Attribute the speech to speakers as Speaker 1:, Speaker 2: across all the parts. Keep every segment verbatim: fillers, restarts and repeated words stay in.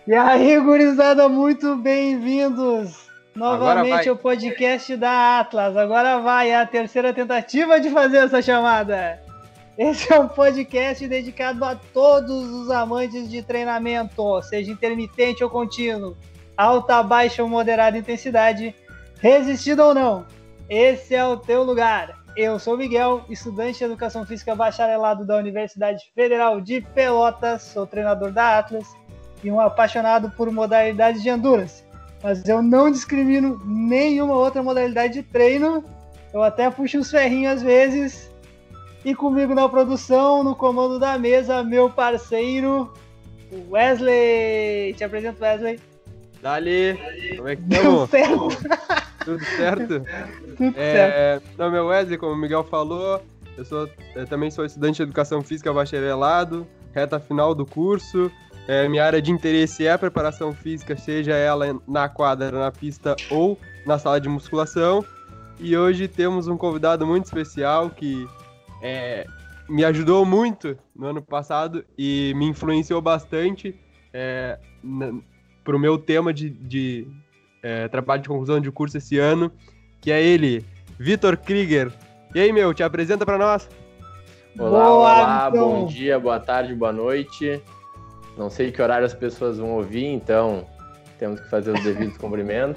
Speaker 1: E aí, gurizada, muito bem-vindos novamente ao podcast da Atlas. Agora vai a terceira tentativa de fazer essa chamada. Esse é um podcast dedicado a todos os amantes de treinamento, seja intermitente ou contínuo, alta, baixa ou moderada intensidade, resistido ou não. Esse é o teu lugar. Eu sou o Miguel, estudante de Educação Física bacharelado da Universidade Federal de Pelotas, sou treinador da Atlas e um apaixonado por modalidades de endurance. Mas eu não discrimino nenhuma outra modalidade de treino, eu até puxo os ferrinhos às vezes. E comigo na produção, no comando da mesa, meu parceiro, Wesley. Te apresento, Wesley.
Speaker 2: Dali, como é que
Speaker 1: Deu certo.
Speaker 2: Tudo certo?
Speaker 1: Tudo
Speaker 2: é,
Speaker 1: certo.
Speaker 2: Meu nome é Wesley, como o Miguel falou, eu, sou, eu também sou estudante de Educação Física bacharelado, reta final do curso. É, minha área de interesse é a preparação física, seja ela na quadra, na pista ou na sala de musculação. E hoje temos um convidado muito especial que é, me ajudou muito no ano passado e me influenciou bastante é, para o meu tema de, de é, trabalho de conclusão de curso esse ano, que é ele, Vitor Krieger. E aí, meu, te apresenta para nós.
Speaker 3: Olá,
Speaker 1: Boa,
Speaker 3: olá,
Speaker 1: então.
Speaker 3: Bom dia, boa tarde, boa noite. Não sei que horário as pessoas vão ouvir, então temos que fazer os devidos cumprimentos.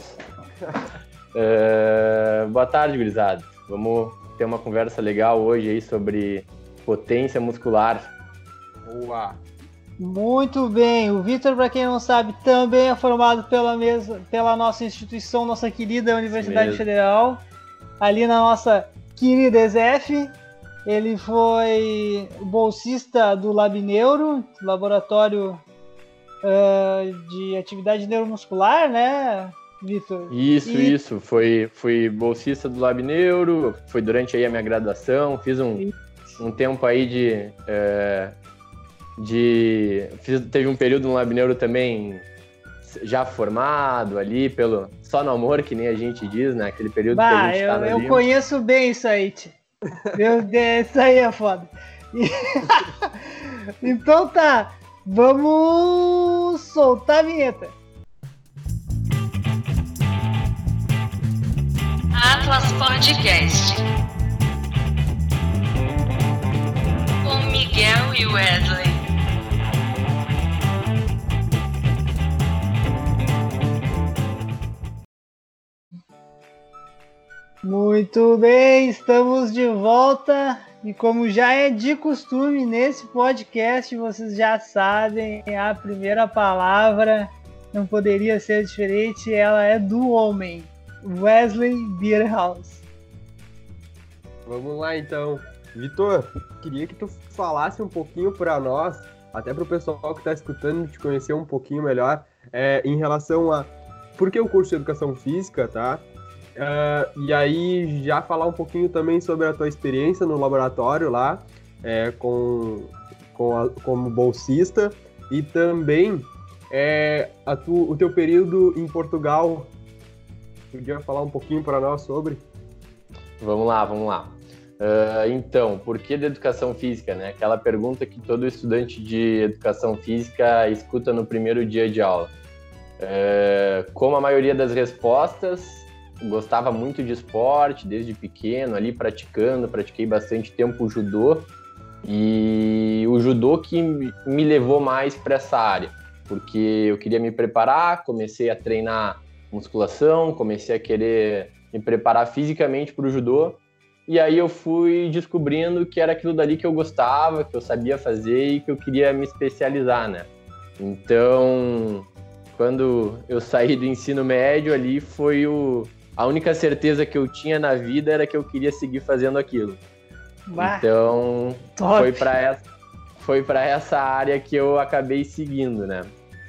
Speaker 3: Uh, boa tarde, gurizada. Vamos ter uma conversa legal hoje aí sobre potência muscular.
Speaker 2: Boa!
Speaker 1: Muito bem. O Vitor, para quem não sabe, também é formado pela, mesma, pela nossa instituição, nossa querida Universidade Federal, ali na nossa querida E S F. Ele foi bolsista do Lab Neuro, laboratório uh, de atividade neuromuscular, né, Vitor?
Speaker 3: Isso,
Speaker 1: e...
Speaker 3: isso. Foi, fui bolsista do Lab Neuro, foi durante aí a minha graduação, fiz um, um tempo aí de... É, de fiz, teve um período no Lab Neuro também já formado ali, pelo só no amor, que nem a gente diz, né? Aquele período bah, que a gente
Speaker 1: eu,
Speaker 3: tá no
Speaker 1: eu
Speaker 3: limbo.
Speaker 1: conheço bem isso aí, tio. Meu Deus, isso aí é foda. E... então tá, vamos soltar a vinheta.
Speaker 4: Atlas Podcast com Miguel e Wesley.
Speaker 1: Muito bem, estamos de volta e como já é de costume nesse podcast, vocês já sabem, a primeira palavra não poderia ser diferente, ela é do homem, Wesley Bierhaus.
Speaker 2: Vamos lá então. Vitor, queria que tu falasse um pouquinho para nós, até para o pessoal que está escutando, te conhecer um pouquinho melhor, é, em relação a por que o curso de Educação Física, tá? Uh, e aí já falar um pouquinho também sobre a tua experiência no laboratório lá, é, com, com a, como bolsista, e também é, a tu, o teu período em Portugal. Podia falar um pouquinho para nós sobre?
Speaker 3: Vamos lá, vamos lá. Uh, então, por que da educação física, né? Aquela pergunta que todo estudante de educação física escuta no primeiro dia de aula. Uh, como a maioria das respostas, gostava muito de esporte, desde pequeno, ali praticando, pratiquei bastante tempo o judô, e o judô que me levou mais para essa área, porque eu queria me preparar, comecei a treinar musculação, comecei a querer me preparar fisicamente para o judô, e aí eu fui descobrindo que era aquilo dali que eu gostava, que eu sabia fazer e que eu queria me especializar, né? Então, quando eu saí do ensino médio ali, foi o... a única certeza que eu tinha na vida era que eu queria seguir fazendo aquilo. Bah, então, top. foi para essa, foi para essa área que eu acabei seguindo, né?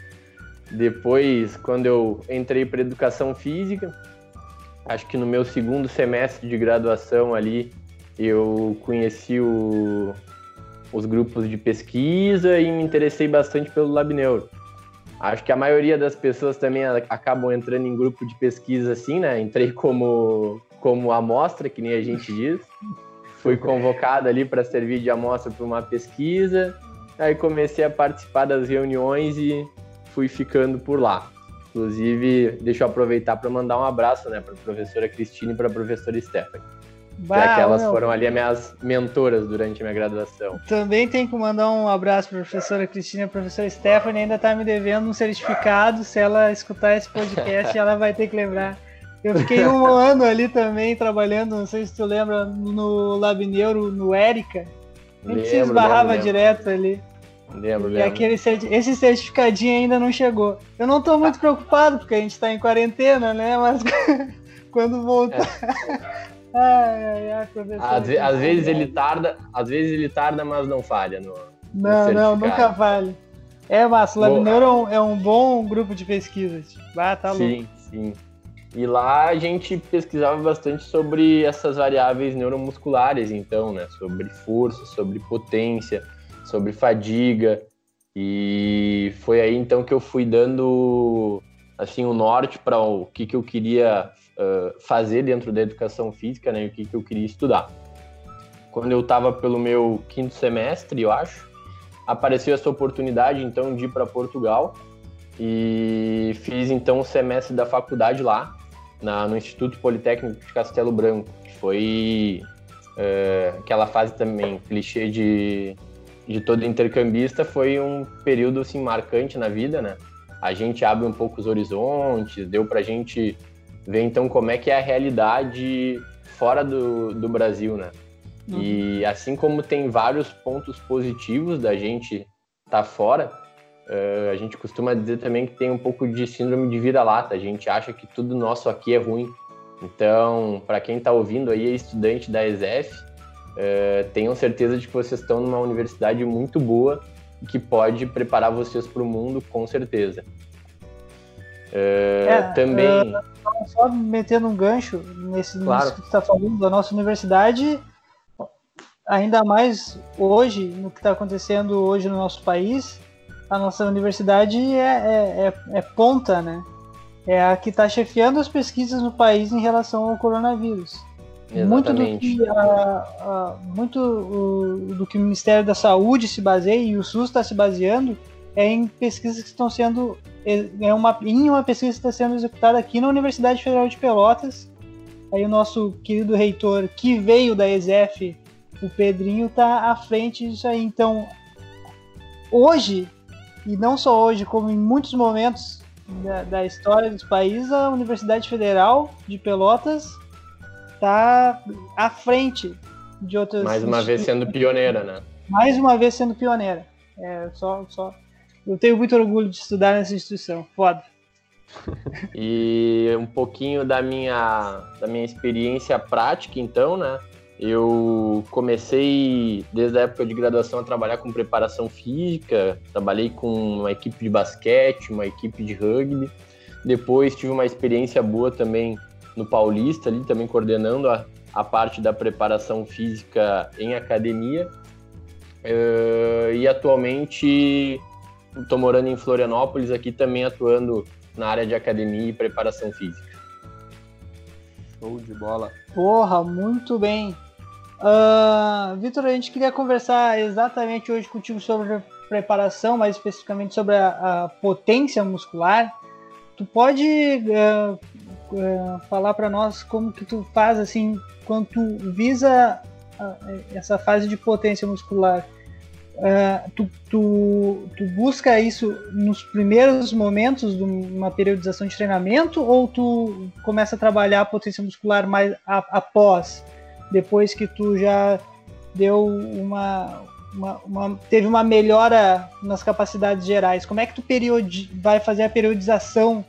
Speaker 3: Depois, quando eu entrei para educação física, acho que no meu segundo semestre de graduação ali, eu conheci o, os grupos de pesquisa e me interessei bastante pelo Lab Neuro. Acho que a maioria das pessoas também acabam entrando em grupo de pesquisa assim, né? Entrei como, como amostra, que nem a gente diz. Fui convocado ali para servir de amostra para uma pesquisa. Aí comecei a participar das reuniões e fui ficando por lá. Inclusive, deixa eu aproveitar para mandar um abraço, né, para a professora Cristina e para a professora Stephanie. Bah, já que elas meu... foram ali as minhas mentoras durante a minha graduação.
Speaker 1: Também tenho que mandar um abraço para a professora Cristina e a professora Stephanie, ainda está me devendo um certificado, se ela escutar esse podcast ela vai ter que lembrar. Eu fiquei um ano ali também trabalhando, não sei se tu lembra, no Lab Neuro, no Érica. A gente se esbarrava lembro, direto lembro. ali.
Speaker 3: Lembro,
Speaker 1: e
Speaker 3: lembro.
Speaker 1: Aquele, esse certificadinho ainda não chegou. Eu não tô muito preocupado, porque a gente tá em quarentena, né? Mas quando voltar... É. ai, ai, ai,
Speaker 3: às, ve- às vezes ele tarda, às vezes ele tarda, mas não falha no,
Speaker 1: não,
Speaker 3: no
Speaker 1: não, nunca falha. É, mas o Lab Neuro é um, é um bom grupo de pesquisa. Ah, tá louco.
Speaker 3: Sim, sim. E lá a gente pesquisava bastante sobre essas variáveis neuromusculares, então, né? Sobre força, sobre potência, sobre fadiga. E foi aí, então, que eu fui dando, assim, o norte para o que, que eu queria uh, fazer dentro da educação física, né? E o que, que eu queria estudar. Quando eu estava pelo meu quinto semestre, eu acho, apareceu essa oportunidade, então, de ir para Portugal. E fiz, então, o semestre da faculdade lá, na, no Instituto Politécnico de Castelo Branco, que foi é, aquela fase também, clichê de, de todo intercambista, foi um período, assim, marcante na vida, né? A gente abre um pouco os horizontes, deu pra gente ver, então, como é que é a realidade fora do, do Brasil, né? Uhum. E assim como tem vários pontos positivos da gente estar fora, Uh, a gente costuma dizer também que tem um pouco de síndrome de vira-lata. A gente acha que tudo nosso aqui é ruim. Então, para quem está ouvindo aí, é estudante da E S E F, uh, tenham certeza de que vocês estão numa universidade muito boa e que pode preparar vocês para o mundo, com certeza. Uh, é, também...
Speaker 1: Uh, só metendo um gancho nesse
Speaker 3: claro.
Speaker 1: Nisso que você está falando, da nossa universidade, ainda mais hoje, no que está acontecendo hoje no nosso país, a nossa universidade é, é, é, é ponta, né? É a que está chefiando as pesquisas no país em relação ao coronavírus.
Speaker 3: Exatamente.
Speaker 1: Muito do que, a, a, muito o, do que o Ministério da Saúde se baseia e o SUS está se baseando é em pesquisas que estão sendo é uma, em uma pesquisa que está sendo executada aqui na Universidade Federal de Pelotas. Aí o nosso querido reitor, que veio da E S E F, o Pedrinho, está à frente disso aí. Então, hoje, e não só hoje, como em muitos momentos da, da história dos países, a Universidade Federal de Pelotas está à frente de outras...
Speaker 3: Mais uma vez sendo pioneira, né?
Speaker 1: Mais uma vez sendo pioneira. É, só, só... Eu tenho muito orgulho de estudar nessa instituição. Foda.
Speaker 3: E um pouquinho da minha, da minha experiência prática, então, né? Eu comecei, desde a época de graduação, a trabalhar com preparação física, trabalhei com uma equipe de basquete, uma equipe de rugby. Depois tive uma experiência boa também no Paulista, ali também coordenando a, a parte da preparação física em academia. Uh, e atualmente estou morando em Florianópolis, aqui também atuando na área de academia e preparação física.
Speaker 2: Show de bola.
Speaker 1: Porra, muito bem. Uh, Vitor, a gente queria conversar exatamente hoje contigo sobre preparação, mais especificamente sobre a, a potência muscular. Tu pode uh, uh, falar para nós como que tu faz, assim, quando tu visa uh, essa fase de potência muscular? Uh, tu, tu, tu busca isso nos primeiros momentos de uma periodização de treinamento ou tu começa a trabalhar a potência muscular mais a, após, depois que tu já deu uma, uma, uma teve uma melhora nas capacidades gerais? Como é que tu periodi, vai fazer a periodização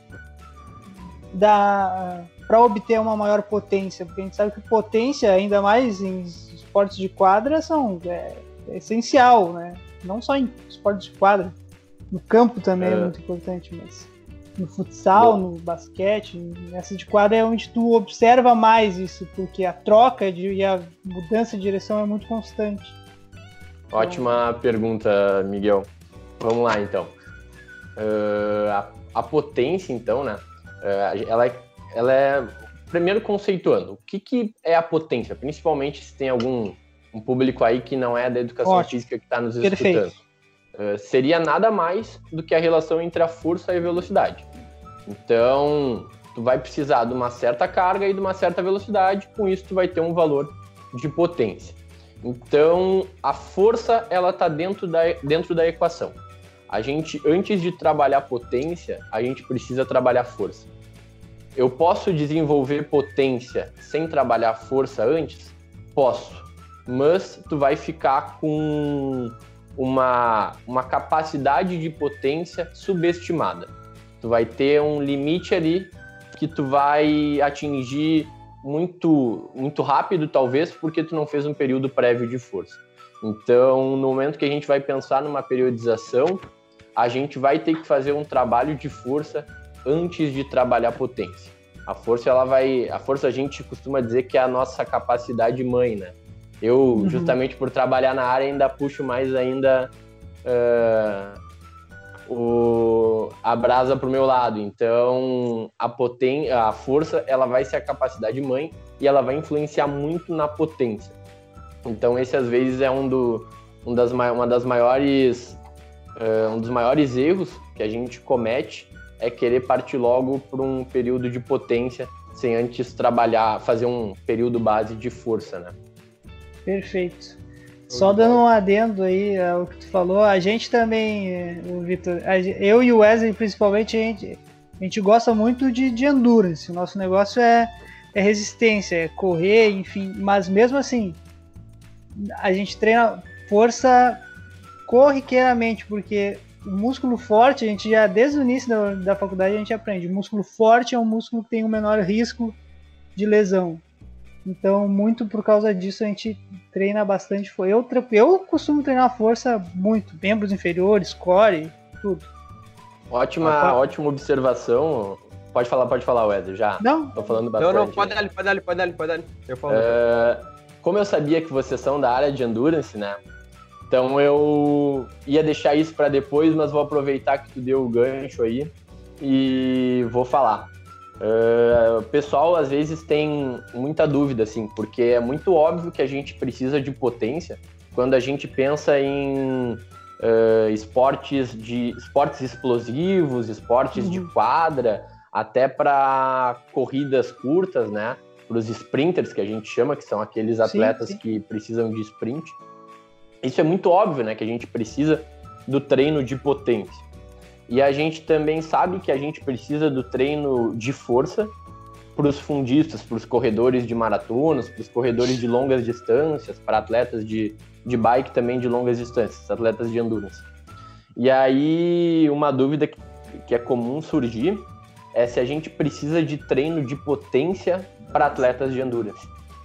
Speaker 1: da para obter uma maior potência? Porque a gente sabe que potência, ainda mais em esportes de quadra, são é, é essencial, né? Não só em esportes de quadra, no campo também é, é muito importante, mas no futsal, Bom. no basquete, nessa de quadra é onde tu observa mais isso, porque a troca de, e a mudança de direção é muito constante.
Speaker 3: Ótima então... pergunta, Miguel. Vamos lá, então. Uh, a, a potência, então, né? Uh, ela, é, ela é... Primeiro, conceituando. O que, que é a potência? Principalmente se tem algum um público aí que não é da educação Ótimo. física que está nos
Speaker 1: Perfeito.
Speaker 3: escutando. uh, seria nada mais do que a relação entre a força e a velocidade. Então, tu vai precisar de uma certa carga e de uma certa velocidade, com isso tu vai ter um valor de potência. Então, a força, ela está dentro da, dentro da equação. A gente, antes de trabalhar potência, a gente precisa trabalhar força. Eu posso desenvolver potência sem trabalhar força antes? Posso, mas tu vai ficar com uma, uma capacidade de potência subestimada. Tu vai ter um limite ali que tu vai atingir muito, muito rápido, talvez, porque tu não fez um período prévio de força. Então, no momento que a gente vai pensar numa periodização, a gente vai ter que fazer um trabalho de força antes de trabalhar potência. A força, ela vai, a força a gente costuma dizer que é a nossa capacidade mãe, né? Eu, uhum. justamente por trabalhar na área, ainda puxo mais ainda uh, o, a brasa pro meu lado. Então, a, poten, a força, ela vai ser a capacidade mãe e ela vai influenciar muito na potência. Então, esse, às vezes, é um, do, um das, uma das maiores, uh, um dos maiores erros que a gente comete, é querer partir logo para um período de potência, sem antes trabalhar, fazer um período base de força, né?
Speaker 1: Perfeito. Só dando um adendo aí ao que tu falou, a gente também, o Vitor, eu e o Wesley principalmente, a gente, a gente gosta muito de, de endurance. O nosso negócio é, é resistência, é correr, enfim. Mas mesmo assim, a gente treina força corriqueiramente, porque o músculo forte, a gente já, desde o início da, da faculdade, a gente aprende. O músculo forte é um músculo que tem um menor risco de lesão. Então, muito por causa disso, a gente treina bastante. Eu, eu costumo treinar força muito. Membros inferiores, core, tudo.
Speaker 3: Ótima, ah, ótima observação. Pode falar, pode falar, Wesley, já.
Speaker 1: Não.
Speaker 3: Tô falando bastante.
Speaker 2: Não, não, pode dar, pode dar, pode dar, pode dar. Eu falo.
Speaker 3: Uh, como eu sabia que vocês são da área de endurance, né? Então eu ia deixar isso para depois, mas vou aproveitar que tu deu o gancho aí e vou falar. Uh, o pessoal às vezes tem muita dúvida, assim, porque é muito óbvio que a gente precisa de potência quando a gente pensa em uh, esportes, de, esportes explosivos, esportes uhum. de quadra, até para corridas curtas, né? Para os sprinters, que a gente chama, que são aqueles atletas sim, sim. que precisam de sprint. Isso é muito óbvio, né? Que a gente precisa do treino de potência. E a gente também sabe que a gente precisa do treino de força para os fundistas, para os corredores de maratonas, para os corredores de longas distâncias, para atletas de, de bike também de longas distâncias, atletas de endurance. E aí, uma dúvida que, que é comum surgir é se a gente precisa de treino de potência para atletas de endurance.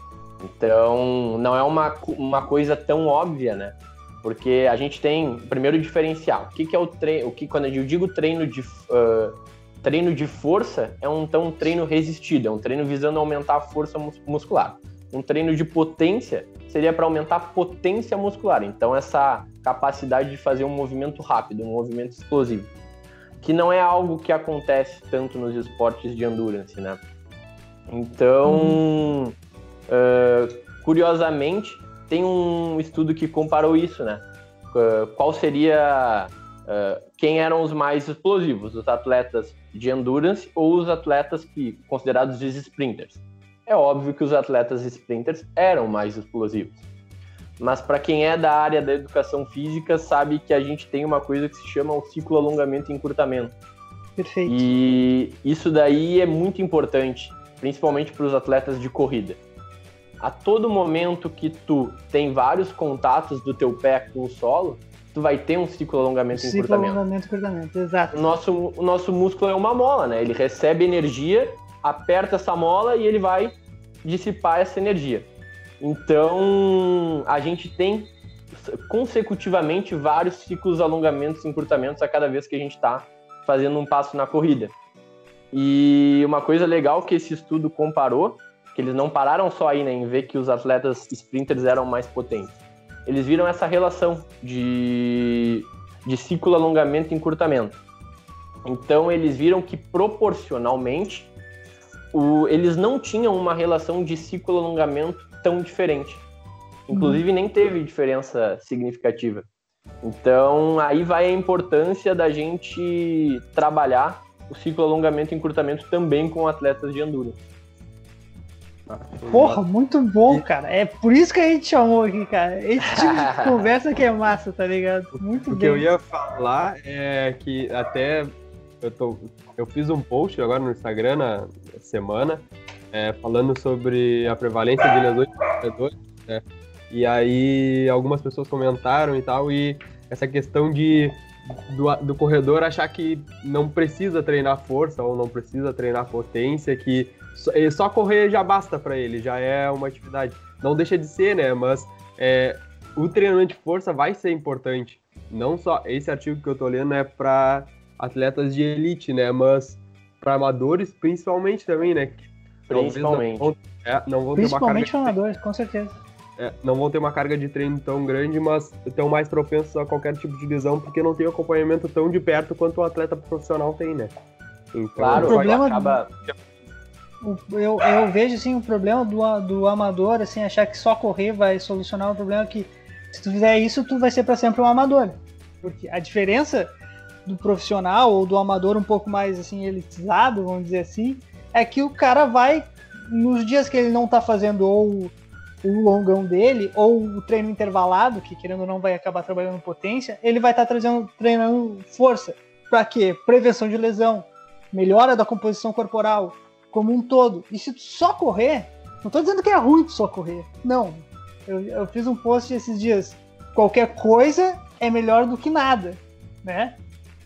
Speaker 3: Então, não é uma, uma coisa tão óbvia, né? Porque a gente tem, primeiro, diferencial. O que, que é o treino? O que, quando eu digo treino de, uh, treino de força, é um, então, um treino resistido, é um treino visando aumentar a força mus- muscular. Um treino de potência seria para aumentar a potência muscular. Então, essa capacidade de fazer um movimento rápido, um movimento explosivo. Que não é algo que acontece tanto nos esportes de endurance, né? Então... Hum. Uh, curiosamente, tem um estudo que comparou isso, né? Uh, qual seria... Uh, quem eram os mais explosivos? Os atletas de endurance ou os atletas que, considerados os sprinters? É óbvio que os atletas sprinters eram mais explosivos. Mas para quem é da área da educação física, sabe que a gente tem uma coisa que se chama o ciclo alongamento e encurtamento.
Speaker 1: Perfeito.
Speaker 3: E isso daí é muito importante, principalmente para os atletas de corrida. A todo momento que tu tem vários contatos do teu pé com o solo, tu vai ter um ciclo alongamento e encurtamento.
Speaker 1: Ciclo alongamento e encurtamento, exato.
Speaker 3: O nosso, o nosso músculo é uma mola, né? Ele recebe energia, aperta essa mola e ele vai dissipar essa energia. Então, a gente tem consecutivamente vários ciclos alongamentos e encurtamentos a cada vez que a gente está fazendo um passo na corrida. E uma coisa legal que esse estudo comparou, que eles não pararam só aí, né, em ver que os atletas sprinters eram mais potentes. Eles viram essa relação de, de ciclo, alongamento e encurtamento. Então, eles viram que proporcionalmente, o, eles não tinham uma relação de ciclo, alongamento tão diferente. Inclusive, nem teve diferença significativa. Então, aí vai a importância da gente trabalhar o ciclo alongamento e encurtamento também com atletas de endurance.
Speaker 1: Porra, muito bom, cara. É por isso que a gente chamou aqui, cara. Esse tipo de conversa que é massa, tá ligado? Muito
Speaker 2: o
Speaker 1: bem.
Speaker 2: O que eu ia falar é que até eu, tô, eu fiz um post agora no Instagram na semana é, falando sobre a prevalência de lesões de corredores, né? E aí algumas pessoas comentaram e tal, e essa questão de do, do corredor achar que não precisa treinar força ou não precisa treinar potência, que só, só correr já basta para ele, já é uma atividade. Não deixa de ser, né? Mas é, o treinamento de força vai ser importante. Não só esse artigo que eu tô lendo é para atletas de elite, né? Mas para amadores principalmente também, né?
Speaker 3: Principalmente.
Speaker 2: Não vão, é, não vão
Speaker 1: principalmente
Speaker 2: ter uma carga
Speaker 1: amadores, com certeza.
Speaker 2: É, não vão ter uma carga de treino tão grande, mas estão mais propensos a qualquer tipo de lesão, porque não tem acompanhamento tão de perto quanto o atleta profissional tem, né?
Speaker 3: Então, claro, o problema acaba...
Speaker 1: eu, eu vejo, assim, o problema do, do amador, assim, achar que só correr vai solucionar o problema, que se tu fizer isso, tu vai ser para sempre um amador. Porque a diferença do profissional ou do amador um pouco mais, assim, elitizado, vamos dizer assim, é que o cara vai, nos dias que ele não tá fazendo ou o longão dele, ou o treino intervalado, que querendo ou não vai acabar trabalhando potência, ele vai estar trazendo, treinando força. Para quê? Prevenção de lesão, melhora da composição corporal, como um todo. E se tu só correr, não tô dizendo que é ruim tu só correr, não. Eu, eu fiz um post esses dias, qualquer coisa é melhor do que nada, né?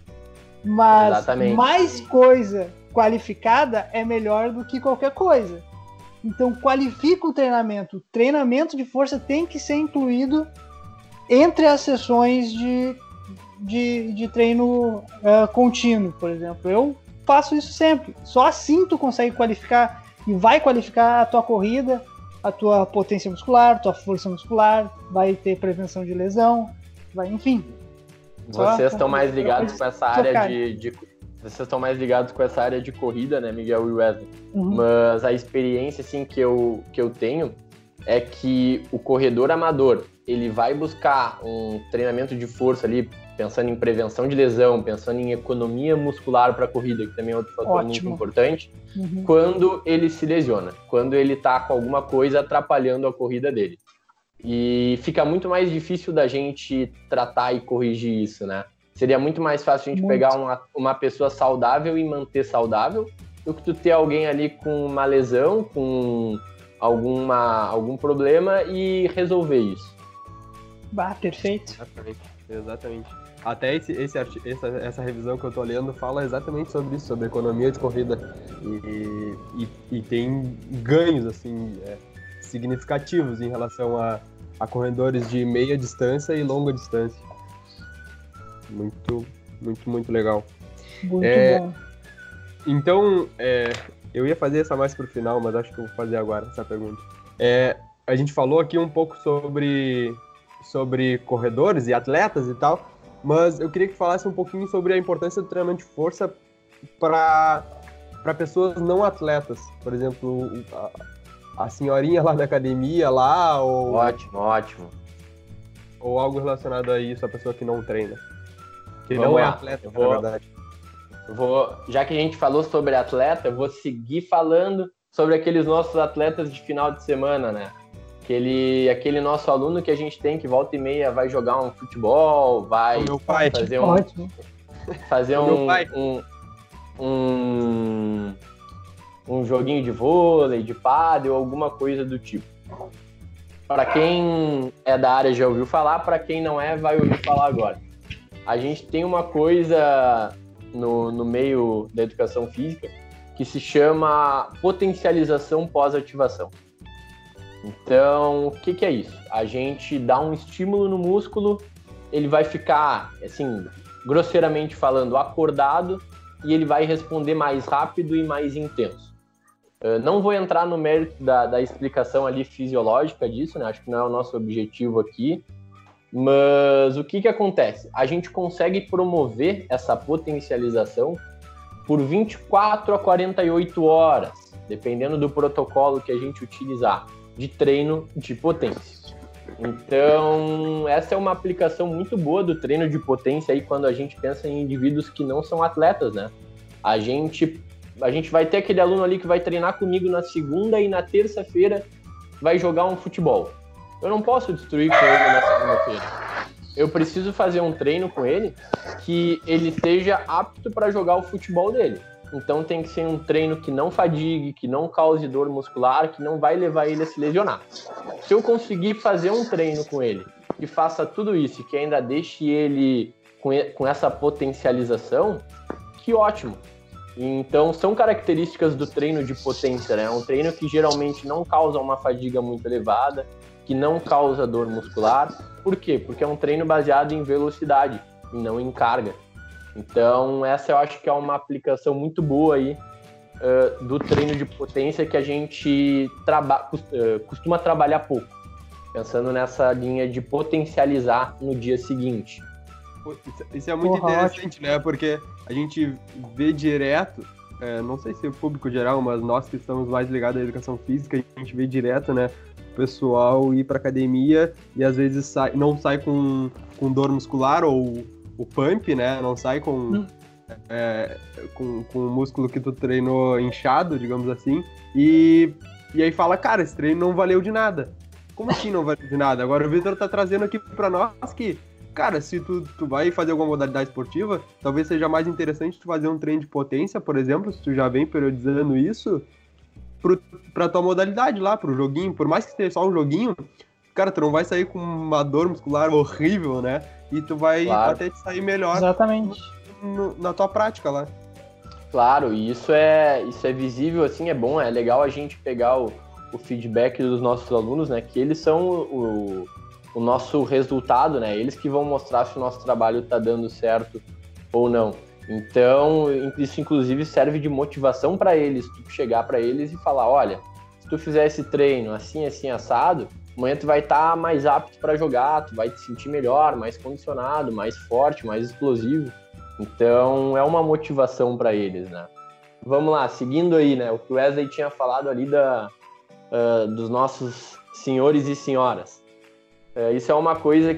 Speaker 1: Mas Exatamente. Mais coisa qualificada é melhor do que qualquer coisa. Então, qualifica o treinamento. O treinamento de força tem que ser incluído entre as sessões de, de, de treino uh, contínuo, por exemplo. Eu faço isso sempre. Só assim tu consegue qualificar e vai qualificar a tua corrida, a tua potência muscular, tua força muscular, vai ter prevenção de lesão, vai, enfim.
Speaker 3: Vocês estão mais ligados com essa área de... de... Vocês estão mais ligados com essa área de corrida, né, Miguel e Wesley? Uhum. Mas a experiência, assim, que eu, que eu tenho é que o corredor amador, ele vai buscar um treinamento de força ali, pensando em prevenção de lesão, pensando em economia muscular para a corrida, que também é outro fator Ótimo. muito importante, uhum. quando ele se lesiona, quando ele está com alguma coisa atrapalhando a corrida dele. E fica muito mais difícil da gente tratar e corrigir isso, né? Seria muito mais fácil a gente muito. pegar uma, uma pessoa saudável e manter saudável do que tu ter alguém ali com uma lesão, com alguma, algum problema e resolver isso.
Speaker 1: Bah, perfeito.
Speaker 2: Exatamente, exatamente. Até esse, esse, essa, essa revisão que eu tô lendo fala exatamente sobre isso, sobre economia de corrida. E, e, e tem ganhos, assim, é, significativos em relação a, a corredores de meia distância e longa distância. Muito, muito, muito legal.
Speaker 1: Muito é, bom.
Speaker 2: Então, é, eu ia fazer essa mais pro final, mas acho que eu vou fazer agora essa pergunta. É, a gente falou aqui um pouco sobre, sobre corredores e atletas e tal, mas eu queria que falasse um pouquinho sobre a importância do treinamento de força para para pessoas não atletas. Por exemplo, a, a senhorinha lá da academia, lá, ou...
Speaker 3: Ótimo, ótimo.
Speaker 2: Ou algo relacionado a isso, a pessoa que não treina. Que
Speaker 3: Vamos
Speaker 2: não
Speaker 3: lá.
Speaker 2: é atleta, vou, na verdade.
Speaker 3: Vou, já que a gente falou sobre atleta, eu vou seguir falando sobre aqueles nossos atletas de final de semana, né? Aquele, aquele nosso aluno que a gente tem que volta e meia vai jogar um futebol, vai
Speaker 2: meu pai,
Speaker 3: fazer um... Ótimo. Fazer um, um, um, um joguinho de vôlei, de pádel, alguma coisa do tipo. Para quem é da área já ouviu falar, para quem não é, vai ouvir falar agora. A gente tem uma coisa no, no meio da educação física que se chama potencialização pós-ativação. Então, o que, que é isso? A gente dá um estímulo no músculo, ele vai ficar, assim, grosseiramente falando, acordado, e ele vai responder mais rápido e mais intenso. Uh, não vou entrar no mérito da, da explicação ali fisiológica disso, né? Acho que não é o nosso objetivo aqui. Mas o que que acontece? A gente consegue promover essa potencialização por vinte e quatro a quarenta e oito horas, dependendo do protocolo que a gente utilizar, de treino de potência. Então, essa é uma aplicação muito boa do treino de potência aí quando a gente pensa em indivíduos que não são atletas, né? A gente, a gente vai ter aquele aluno ali que vai treinar comigo na segunda e na terça-feira vai jogar um futebol. Eu não posso destruir com ele na segunda-feira. Eu preciso fazer um treino com ele que ele esteja apto para jogar o futebol dele. Então tem que ser um treino que não fadigue, que não cause dor muscular, que não vai levar ele a se lesionar. Se eu conseguir fazer um treino com ele que faça tudo isso e que ainda deixe ele com, com essa potencialização, que ótimo. Então são características do treino de potência, né? Um treino que geralmente não causa uma fadiga muito elevada, que não causa dor muscular. Por quê? Porque é um treino baseado em velocidade e não em carga. Então, essa eu acho que é uma aplicação muito boa aí uh, do treino de potência que a gente traba- uh, costuma trabalhar pouco, pensando nessa linha de potencializar no dia seguinte.
Speaker 2: Isso é muito
Speaker 1: Porra,
Speaker 2: interessante,
Speaker 1: ótimo.
Speaker 2: né? Porque a gente vê direto, é, não sei se é o público geral, mas nós que estamos mais ligados à educação física, a gente vê direto, né? O pessoal ir pra academia e às vezes sai, não sai com, com dor muscular ou o pump, né? Não sai com, hum. é, com, com o músculo que tu treinou inchado, digamos assim. E, e aí fala, cara, esse treino não valeu de nada. Como assim não valeu de nada? Agora o Vitor tá trazendo aqui pra nós que, cara, se tu, tu vai fazer alguma modalidade esportiva, talvez seja mais interessante tu fazer um treino de potência, por exemplo, se tu já vem periodizando isso, pro, pra tua modalidade lá, pro joguinho. Por mais que seja só um joguinho, cara, tu não vai sair com uma dor muscular horrível, né? E tu vai claro. até te sair melhor.
Speaker 1: Exatamente.
Speaker 2: No, na tua prática lá.
Speaker 3: Claro, e isso é, isso é visível, assim, é bom, é legal a gente pegar o, o feedback dos nossos alunos, né? Que eles são o, o nosso resultado, né? Eles que vão mostrar se o nosso trabalho tá dando certo ou não. Então, isso inclusive serve de motivação para eles, tu chegar para eles e falar, olha, se tu fizer esse treino assim, assim, assado, amanhã tu vai estar mais apto para jogar, tu vai te sentir melhor, mais condicionado, mais forte, mais explosivo. Então, é uma motivação para eles, né? Vamos lá, seguindo aí, né? O que o Wesley tinha falado ali da, uh, dos nossos senhores e senhoras. Uh, isso é uma coisa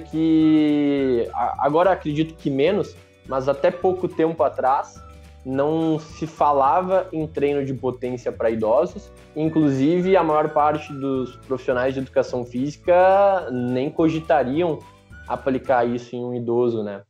Speaker 3: que, agora acredito que menos, mas até pouco tempo atrás, não se falava em treino de potência para idosos. Inclusive, a maior parte dos profissionais de educação física nem cogitariam aplicar isso em um idoso, né?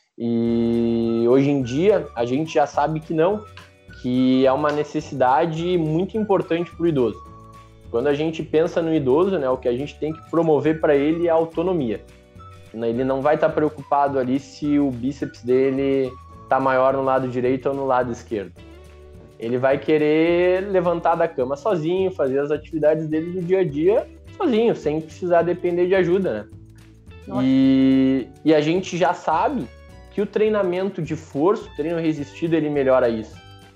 Speaker 3: E hoje em dia, a gente já sabe que não, que é uma necessidade muito importante para o idoso. Quando a gente pensa no idoso, né, o que a gente tem que promover para ele é a autonomia. Ele não vai estar preocupado ali se o bíceps dele está maior no lado direito ou no lado esquerdo. Ele vai querer levantar da cama sozinho, fazer as atividades dele do dia a dia sozinho, sem precisar depender de ajuda, né? E, e a gente já sabe que o treinamento de força, o treino resistido, ele melhora isso.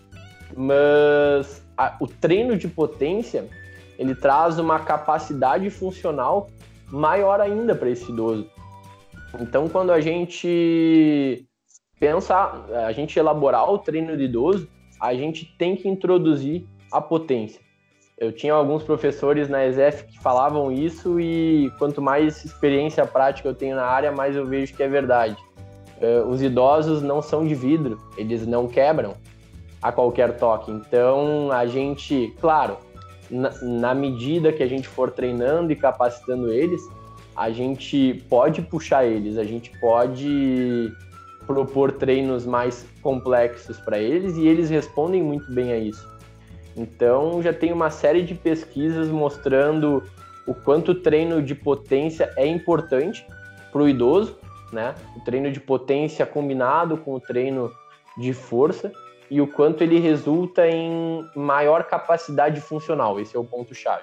Speaker 3: Mas a, o treino de potência, ele traz uma capacidade funcional maior ainda para esse idoso. Então, quando a gente pensa, a gente elaborar o treino de idoso, a gente tem que introduzir a potência. Eu tinha alguns professores na E S E F que falavam isso e quanto mais experiência prática eu tenho na área, mais eu vejo que é verdade. Os idosos não são de vidro, eles não quebram a qualquer toque. Então, a gente, claro, na, na medida que a gente for treinando e capacitando eles, a gente pode puxar eles, a gente pode propor treinos mais complexos para eles e eles respondem muito bem a isso. Então, já tem uma série de pesquisas mostrando o quanto o treino de potência é importante para o idoso, né? O treino de potência combinado com o treino de força e o quanto ele resulta em maior capacidade funcional. Esse é o ponto-chave.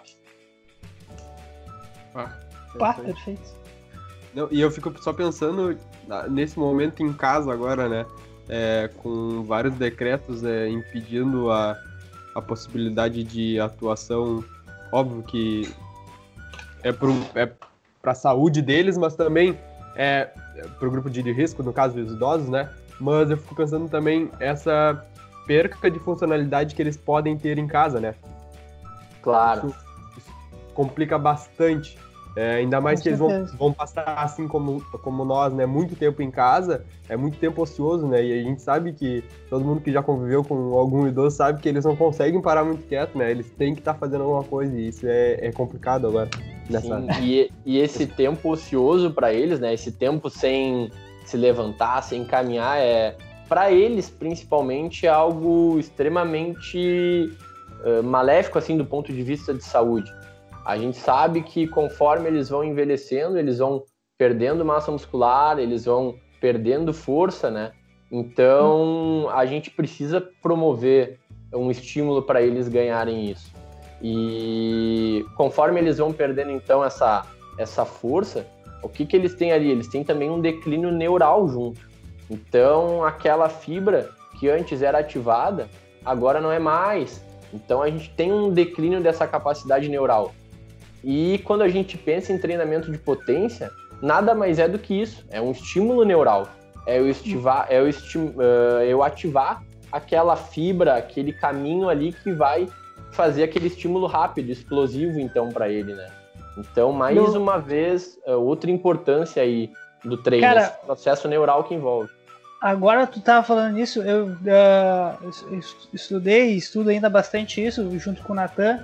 Speaker 2: Ah,
Speaker 1: Pá, perfeito.
Speaker 2: Não, e eu fico só pensando nesse momento em casa agora, né? É, com vários decretos é, impedindo a, a possibilidade de atuação, óbvio que é para é a saúde deles, mas também é para o grupo de risco, no caso dos idosos, né? Mas eu fico pensando também essa perca de funcionalidade que eles podem ter em casa, né?
Speaker 3: Claro.
Speaker 2: Isso, isso complica bastante. É, ainda mais
Speaker 1: Com
Speaker 2: que eles vão,
Speaker 1: certeza.
Speaker 2: vão passar, assim como, como nós, né, muito tempo em casa, é muito tempo ocioso, né, e a gente sabe que todo mundo que já conviveu com algum idoso sabe que eles não conseguem parar muito quieto, né, eles têm que estar fazendo alguma coisa, e isso é, é complicado agora. Nessa...
Speaker 3: Sim, e, e esse tempo ocioso para eles, né, esse tempo sem se levantar, sem caminhar, é, para eles, principalmente, é algo extremamente uh, maléfico, assim, do ponto de vista de saúde. A gente sabe que conforme eles vão envelhecendo, eles vão perdendo massa muscular, eles vão perdendo força, né? Então, a gente precisa promover um estímulo para eles ganharem isso. E conforme eles vão perdendo, então, essa, essa força, o que, que eles têm ali? Eles têm também um declínio neural junto. Então, aquela fibra que antes era ativada, agora não é mais. Então, a gente tem um declínio dessa capacidade neural. E quando a gente pensa em treinamento de potência, nada mais é do que isso. É um estímulo neural. É eu, estivar, é eu, estim, uh, eu ativar aquela fibra, aquele caminho ali que vai fazer aquele estímulo rápido, explosivo, então, para ele, né? Então, mais eu... uma vez, uh, outra importância aí do treino,
Speaker 1: Cara,
Speaker 3: esse processo neural que envolve.
Speaker 1: Agora tu tava falando nisso, eu uh, estudei e estudo ainda bastante isso, junto com o Natan.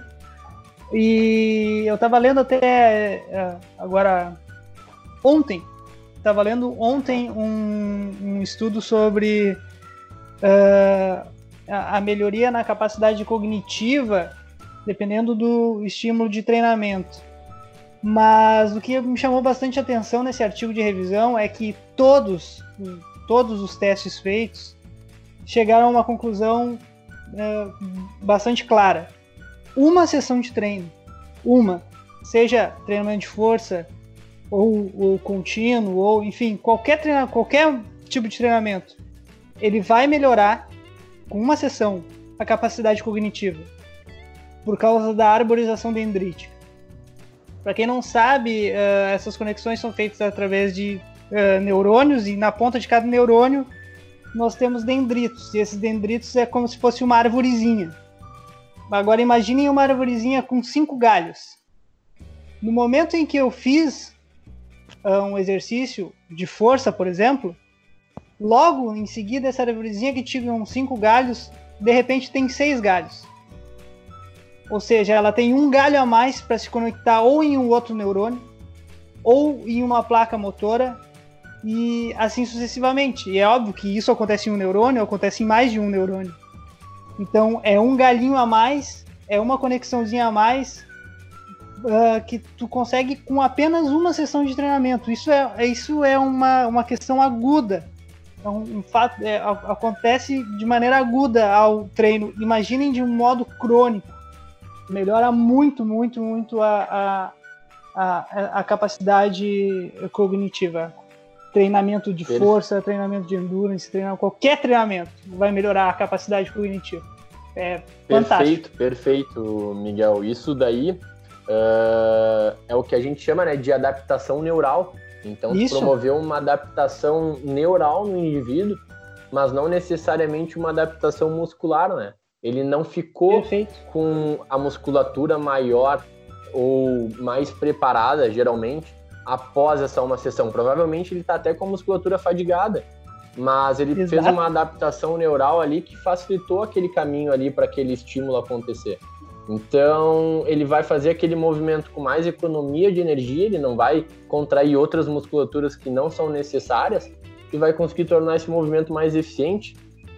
Speaker 1: E eu tava lendo até uh, agora ontem, tava lendo ontem um, um estudo sobre uh, a, a melhoria na capacidade cognitiva dependendo do estímulo de treinamento. Mas o que me chamou bastante atenção nesse artigo de revisão é que todos, todos os testes feitos chegaram a uma conclusão uh, bastante clara. Uma sessão de treino, uma, seja treinamento de força, ou, ou contínuo, ou enfim, qualquer, treina, qualquer tipo de treinamento, ele vai melhorar com uma sessão a capacidade cognitiva, por causa da arborização dendrítica. Para quem não sabe, uh, essas conexões são feitas através de uh, neurônios, e na ponta de cada neurônio nós temos dendritos, e esses dendritos é como se fosse uma arvorezinha. Agora imaginem uma arvorezinha com cinco galhos. No momento em que eu fiz uh, um exercício de força, por exemplo, logo em seguida essa arvorezinha que tinha cinco galhos, de repente tem seis galhos. Ou seja, ela tem um galho a mais para se conectar ou em um outro neurônio, ou em uma placa motora, e assim sucessivamente. E é óbvio que isso acontece em um neurônio, acontece em mais de um neurônio. Então, é um galinho a mais, é uma conexãozinha a mais uh, que tu consegue com apenas uma sessão de treinamento. Isso é, isso é uma, uma questão aguda. É um, um fato, é, acontece de maneira aguda ao treino. Imaginem de um modo crônico. Melhora muito, muito, muito a, a, a, a capacidade cognitiva. Treinamento de força, treinamento de endurance, treinamento, qualquer treinamento vai melhorar a capacidade cognitiva. É fantástico.
Speaker 3: Perfeito, perfeito, Miguel. Isso daí uh, é o que a gente chama, né, de adaptação neural. Então, tu promoveu uma adaptação neural no indivíduo, mas não necessariamente uma adaptação muscular, né? Ele não ficou Perfeito. com a musculatura maior ou mais preparada, geralmente, após essa uma sessão. Provavelmente ele está até com a musculatura fadigada, mas ele Exato. fez uma adaptação neural ali que facilitou aquele caminho ali para aquele estímulo acontecer. Então, ele vai fazer aquele movimento com mais economia de energia, ele não vai contrair outras musculaturas que não são necessárias e vai conseguir tornar esse movimento mais eficiente.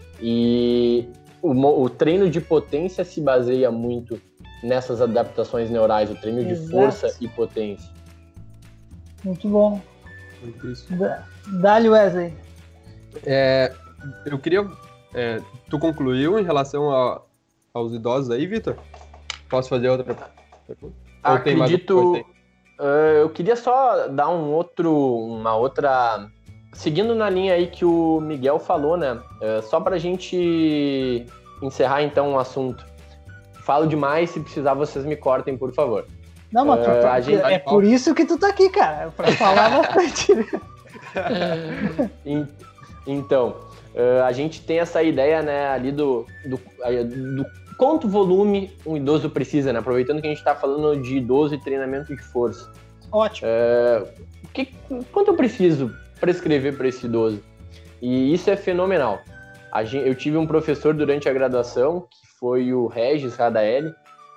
Speaker 3: E o, o treino de potência se baseia muito nessas adaptações neurais, o treino Exato. de força e potência.
Speaker 1: Muito bom.
Speaker 2: Muito isso.
Speaker 1: Dá-lhe, Wesley.
Speaker 2: É, eu queria... É, tu concluiu em relação a, aos idosos aí, Vitor? Posso fazer outra pergunta?
Speaker 3: Acredito... Uh, eu queria só dar um outro... Uma outra... Seguindo na linha aí que o Miguel falou, né? Uh, só pra gente encerrar, então, o assunto. Falo demais, se precisar, vocês me cortem, por favor.
Speaker 1: Não, mas uh, tu, gente... é por isso que tu tá aqui, cara. Pra falar bastante.
Speaker 3: Então, uh, a gente tem essa ideia, né, ali do, do, do quanto volume um idoso precisa, né? Aproveitando que a gente tá falando de idoso e treinamento de força.
Speaker 1: Ótimo.
Speaker 3: É, que, quanto eu preciso prescrever para esse idoso? E isso é fenomenal. A gente, eu tive um professor durante a graduação, que foi o Regis Radaeli,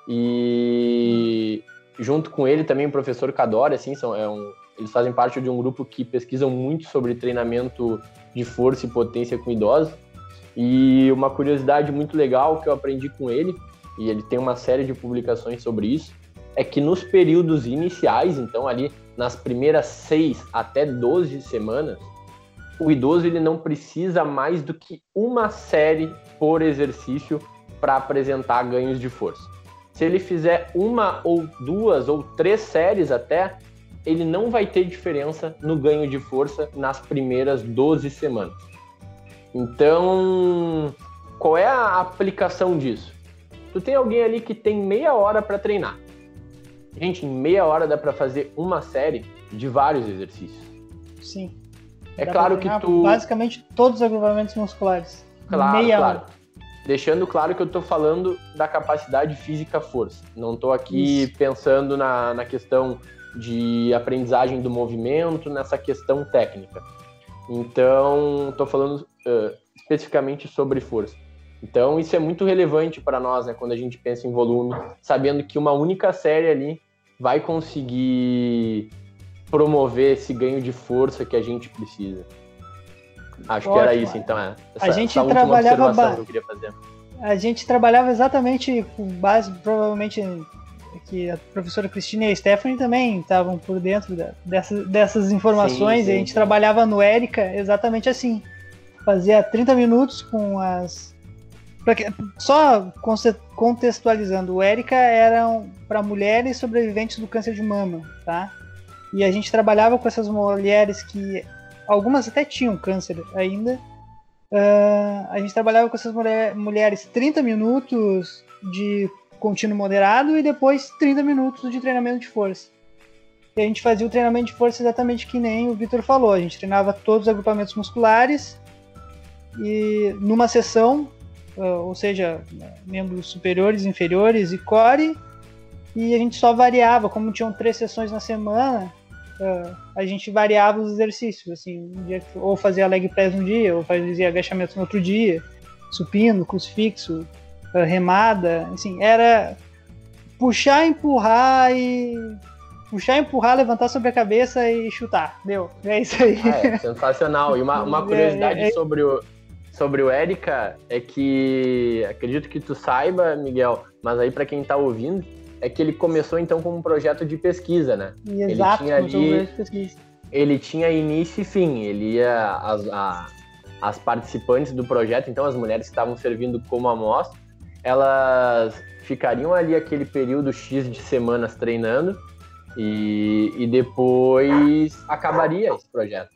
Speaker 3: e junto com ele também o professor Cadore, assim, são, é um, eles fazem parte de um grupo que pesquisam muito sobre treinamento de força e potência com idosos. E uma curiosidade muito legal que eu aprendi com ele, e ele tem uma série de publicações sobre isso, é que nos períodos iniciais, então ali nas primeiras seis até doze semanas, o idoso ele não precisa mais do que uma série por exercício para apresentar ganhos de força. Se ele fizer uma ou duas ou três séries até, ele não vai ter diferença no ganho de força nas primeiras doze semanas. Então, qual é a aplicação disso? Tu tem alguém ali que tem meia hora para treinar. Gente, em meia hora dá para fazer uma série de vários exercícios.
Speaker 1: Sim.
Speaker 3: É claro que tu...
Speaker 1: basicamente todos os agrupamentos musculares.
Speaker 3: Claro,
Speaker 1: meia
Speaker 3: claro.
Speaker 1: hora.
Speaker 3: Deixando claro que eu tô falando da capacidade física-força. Não tô aqui Isso. pensando na, na questão de aprendizagem do movimento, nessa questão técnica. Então, estou falando uh, especificamente sobre força. Então, isso é muito relevante para nós, né, quando a gente pensa em volume, sabendo que uma única série ali vai conseguir promover esse ganho de força que a gente precisa. Acho Ótimo. que era isso, então, é. Essa,
Speaker 1: a gente
Speaker 3: essa
Speaker 1: trabalhava
Speaker 3: observação
Speaker 1: ba...
Speaker 3: que eu queria fazer.
Speaker 1: A gente trabalhava exatamente com base, provavelmente, que a professora Cristina e a Stephanie também estavam por dentro da, dessas, dessas informações, sim, sim, e a gente sim. trabalhava no Érica exatamente assim. Fazia trinta minutos com as... Que, só contextualizando, o Érica era para mulheres sobreviventes do câncer de mama, tá? E a gente trabalhava com essas mulheres que... Algumas até tinham câncer ainda. Uh, a gente trabalhava com essas mulher, mulheres trinta minutos de contínuo moderado e depois trinta minutos de treinamento de força. E a gente fazia o treinamento de força exatamente que nem o Vitor falou. A gente treinava todos os agrupamentos musculares e numa sessão, uh, ou seja, membros superiores, inferiores e core, e a gente só variava, como tinham três sessões na semana, uh, a gente variava os exercícios, assim, um dia, ou fazia leg press um dia, ou fazia agachamento no outro dia, supino, crucifixo, uh, remada, assim, era puxar, empurrar e... Puxar, empurrar, levantar sobre a cabeça e chutar, deu, é isso aí.
Speaker 3: Ah, é sensacional, e uma, uma curiosidade é, é... sobre o sobre o Érica é que, acredito que tu saiba, Miguel, mas aí para quem tá ouvindo, é que ele começou então com um projeto de pesquisa, né?
Speaker 1: Exato,
Speaker 3: ele tinha ali, pesquisa. Ele tinha início e fim, ele ia, as, a, as participantes do projeto, então as mulheres que estavam servindo como amostra, elas ficariam ali aquele período X de semanas treinando e, e depois acabaria esse projeto.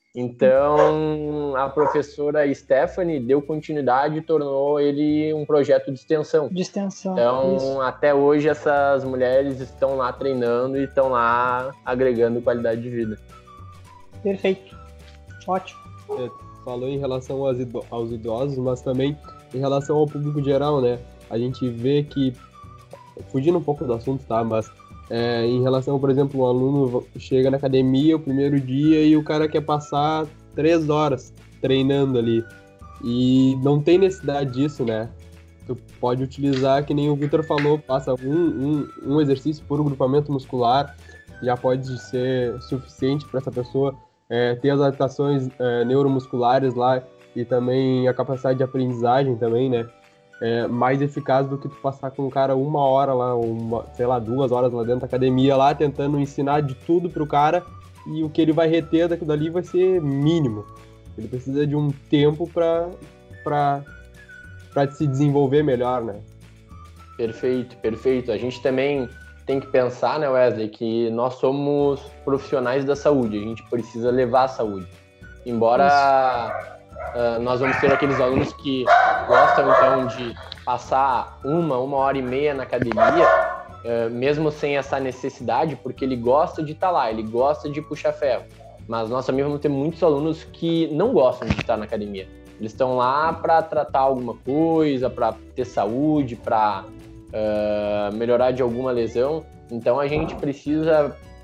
Speaker 3: Então, a professora Stephanie deu continuidade e tornou ele um projeto de extensão.
Speaker 1: De extensão,
Speaker 3: Então,
Speaker 1: isso.
Speaker 3: Até hoje, essas mulheres estão lá treinando e estão lá agregando qualidade de vida.
Speaker 1: Perfeito. Ótimo.
Speaker 2: É, falou em relação aos, ido- aos idosos, mas também em relação ao público geral, né? A gente vê que, fugindo um pouco do assunto, tá? Mas... É, em relação, por exemplo, um aluno chega na academia o primeiro dia e o cara quer passar três horas treinando ali. E não tem necessidade disso, né? Tu pode utilizar, que nem o Vitor falou, passa um, um, um exercício por grupamento muscular, já pode ser suficiente para essa pessoa é, ter as adaptações é, neuromusculares lá e também a capacidade de aprendizagem também, né? É mais eficaz do que tu passar com o cara uma hora lá, uma, sei lá, duas horas lá dentro da academia lá, tentando ensinar de tudo pro cara, e o que ele vai reter daquilo dali vai ser mínimo. Ele precisa de um tempo pra, pra, pra se desenvolver melhor, né?
Speaker 3: Perfeito, perfeito. A gente também tem que pensar, né, Wesley, que nós somos profissionais da saúde, a gente precisa levar a saúde. Embora... Uh, nós vamos ter aqueles alunos que gostam, então, de passar uma, uma hora e meia na academia, uh, mesmo sem essa necessidade, porque ele gosta de estar lá, ele gosta de puxar ferro. Mas nós também vamos ter muitos alunos que não gostam de estar na academia. Eles estão lá para tratar alguma coisa, para ter saúde, para uh, melhorar de alguma lesão. Então, a gente precisa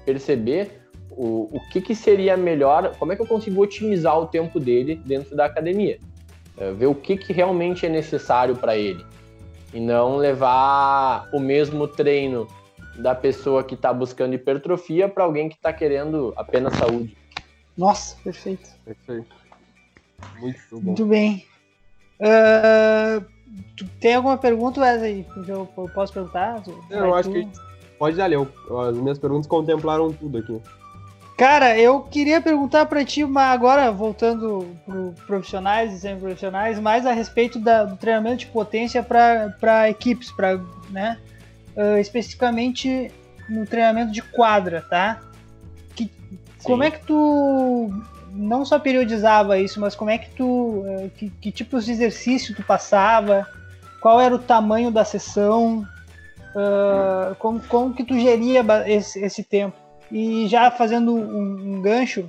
Speaker 3: perceber o, o que, que seria melhor, como é que eu consigo otimizar o tempo dele dentro da academia. É, ver o que, que realmente é necessário para ele. E não levar o mesmo treino da pessoa que está buscando hipertrofia para alguém que está querendo apenas saúde.
Speaker 1: Nossa, perfeito.
Speaker 2: Perfeito. Muito bom.
Speaker 1: Muito bem. Uh, tu tem alguma pergunta, Wesley? Que eu, eu posso perguntar?
Speaker 2: Não, eu acho tu... que pode dar, Léo. As minhas perguntas contemplaram tudo aqui.
Speaker 1: Cara, eu queria perguntar para ti, mas agora voltando para profissionais e semi-profissionais, mais a respeito da, do treinamento de potência para equipes, para, né, uh, especificamente no treinamento de quadra, tá? Que, como é que tu não só periodizava isso, mas como é que tu, uh, que, que tipos de exercício tu passava, qual era o tamanho da sessão, uh, como, como que tu geria esse, esse tempo? E já fazendo um, um gancho,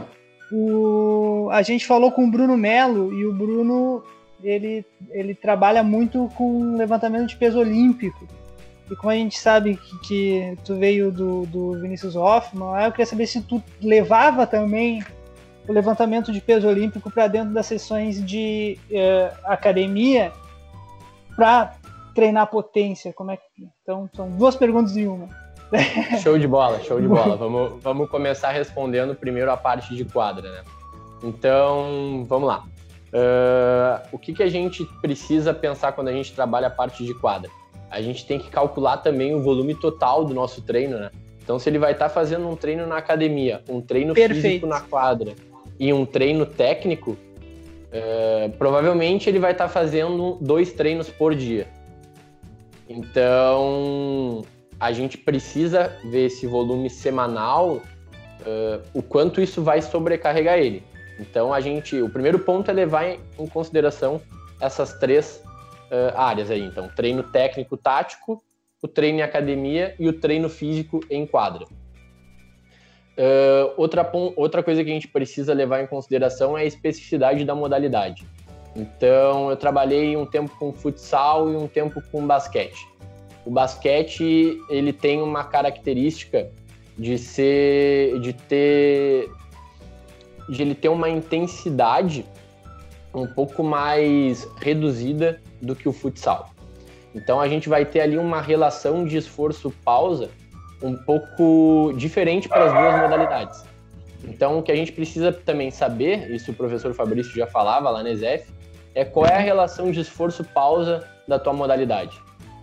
Speaker 1: o, a gente falou com o Bruno Melo, e o Bruno ele, ele trabalha muito com levantamento de peso olímpico. E como a gente sabe que, que tu veio do, do Vinícius Hoffmann, eu queria saber se tu levava também o levantamento de peso olímpico para dentro das sessões de eh, academia para treinar potência. Como é que... Então, são duas perguntas em uma.
Speaker 3: Show de bola, show de bola. Vamos, vamos começar respondendo primeiro a parte de quadra, né? Então, vamos lá. Uh, o que, que a gente precisa pensar quando a gente trabalha a parte de quadra? A gente tem que calcular também o volume total do nosso treino, né? Então, se ele vai estar fazendo um treino na academia, um treino
Speaker 1: Perfeito.
Speaker 3: físico na quadra e um treino técnico, uh, provavelmente ele vai estar fazendo dois treinos por dia. Então... a gente precisa ver esse volume semanal, uh, o quanto isso vai sobrecarregar ele. Então, a gente, o primeiro ponto é levar em consideração essas três uh, áreas aí. Então, treino técnico tático, o treino em academia e o treino físico em quadra. Uh, outra, outra coisa que a gente precisa levar em consideração é a especificidade da modalidade. Então, eu trabalhei um tempo com futsal e um tempo com basquete. O basquete, ele tem uma característica de ser, de ter, de ele ter uma intensidade um pouco mais reduzida do que o futsal. Então a gente vai ter ali uma relação de esforço-pausa um pouco diferente para as duas modalidades. Então o que a gente precisa também saber, isso o professor Fabrício já falava lá na E S E F, é qual é a relação de esforço-pausa da tua modalidade.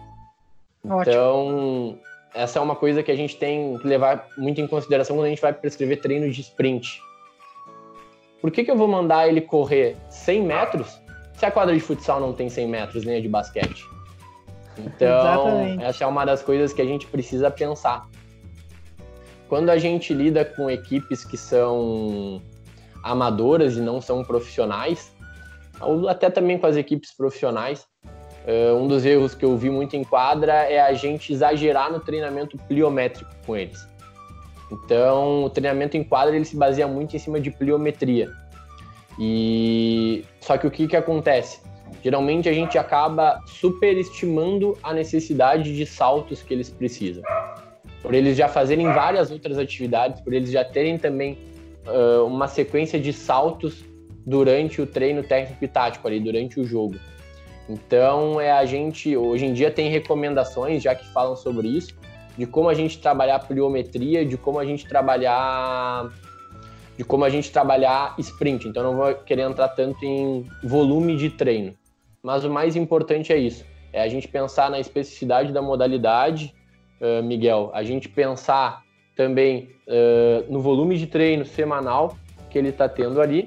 Speaker 3: Então, essa é uma coisa que a gente tem que levar muito em consideração quando a gente vai prescrever treino de sprint. Por que que eu vou mandar ele correr cem metros se a quadra de futsal não tem cem metros, nem a de basquete? Então, Exatamente. Essa é uma das coisas que a gente precisa pensar. Quando a gente lida com equipes que são amadoras e não são profissionais, ou até também com as equipes profissionais, Uh, um dos erros que eu vi muito em quadra é a gente exagerar no treinamento pliométrico com eles. Então, o treinamento em quadra ele se baseia muito em cima de pliometria. E... Só que o que, que acontece? Geralmente a gente acaba superestimando a necessidade de saltos que eles precisam. Por eles já fazerem várias outras atividades, por eles já terem também uh, uma sequência de saltos durante o treino técnico e tático, ali, durante o jogo. Então, é a gente, hoje em dia tem recomendações já que falam sobre isso, de como a gente trabalhar pliometria, de como a gente trabalhar, de como a gente trabalhar sprint. Então, não vou querer entrar tanto em volume de treino, mas o mais importante é isso, é a gente pensar na especificidade da modalidade, uh, Miguel, a gente pensar também uh, no volume de treino semanal que ele está tendo ali,